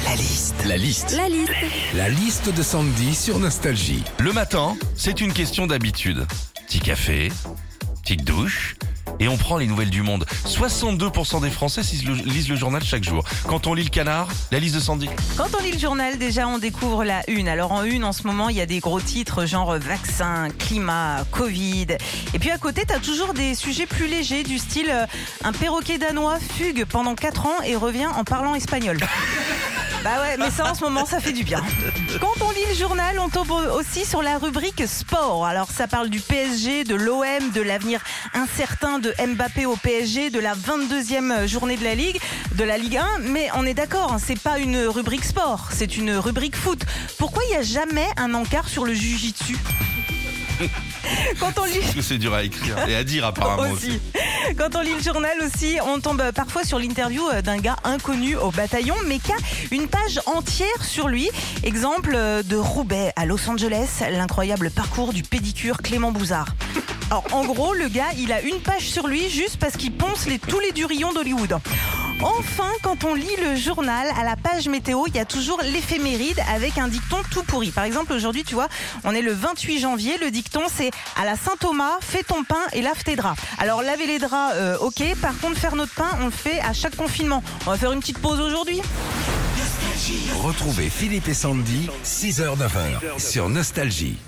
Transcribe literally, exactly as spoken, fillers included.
La liste. La liste. La liste. La liste de Sandy sur Nostalgie. Le matin, c'est une question d'habitude. Petit café, petite douche, et on prend les nouvelles du monde. soixante-deux pour cent des Français lisent le journal chaque jour. Quand on lit le Canard, la liste de Sandy. Quand on lit le journal, déjà, on découvre la une. Alors en une, en ce moment, il y a des gros titres genre vaccin, climat, Covid. Et puis à côté, t'as toujours des sujets plus légers du style euh, un perroquet danois fugue pendant quatre ans et revient en parlant espagnol. Bah ouais, mais ça en ce moment, ça fait du bien. Quand on lit le journal, on tombe aussi sur la rubrique sport. Alors ça parle du P S G, de l'O M, de l'avenir incertain de Mbappé au P S G, de la vingt-deuxième journée de la Ligue, de la Ligue un. Mais on est d'accord, hein, c'est pas une rubrique sport, c'est une rubrique foot. Pourquoi il n'y a jamais un encart sur le jiu-jitsu ? Quand on lit... Parce que c'est dur à écrire et à dire apparemment aussi. aussi. Quand on lit le journal aussi, on tombe parfois sur l'interview d'un gars inconnu au bataillon, mais qui a une page entière sur lui. Exemple de Roubaix à Los Angeles, l'incroyable parcours du pédicure Clément Bouzard. Alors, en gros, le gars, il a une page sur lui juste parce qu'il ponce les, tous les durillons d'Hollywood. Enfin, quand on lit le journal, à la page météo, il y a toujours l'éphéméride avec un dicton tout pourri. Par exemple, aujourd'hui, tu vois, on est le vingt-huit janvier. Le dicton, c'est « À la Saint-Thomas, fais ton pain et lave tes draps ». Alors, laver les draps, euh, ok. Par contre, faire notre pain, on le fait à chaque confinement. On va faire une petite pause aujourd'hui. Retrouvez Philippe et Sandy, six heures neuf heures sur Nostalgie.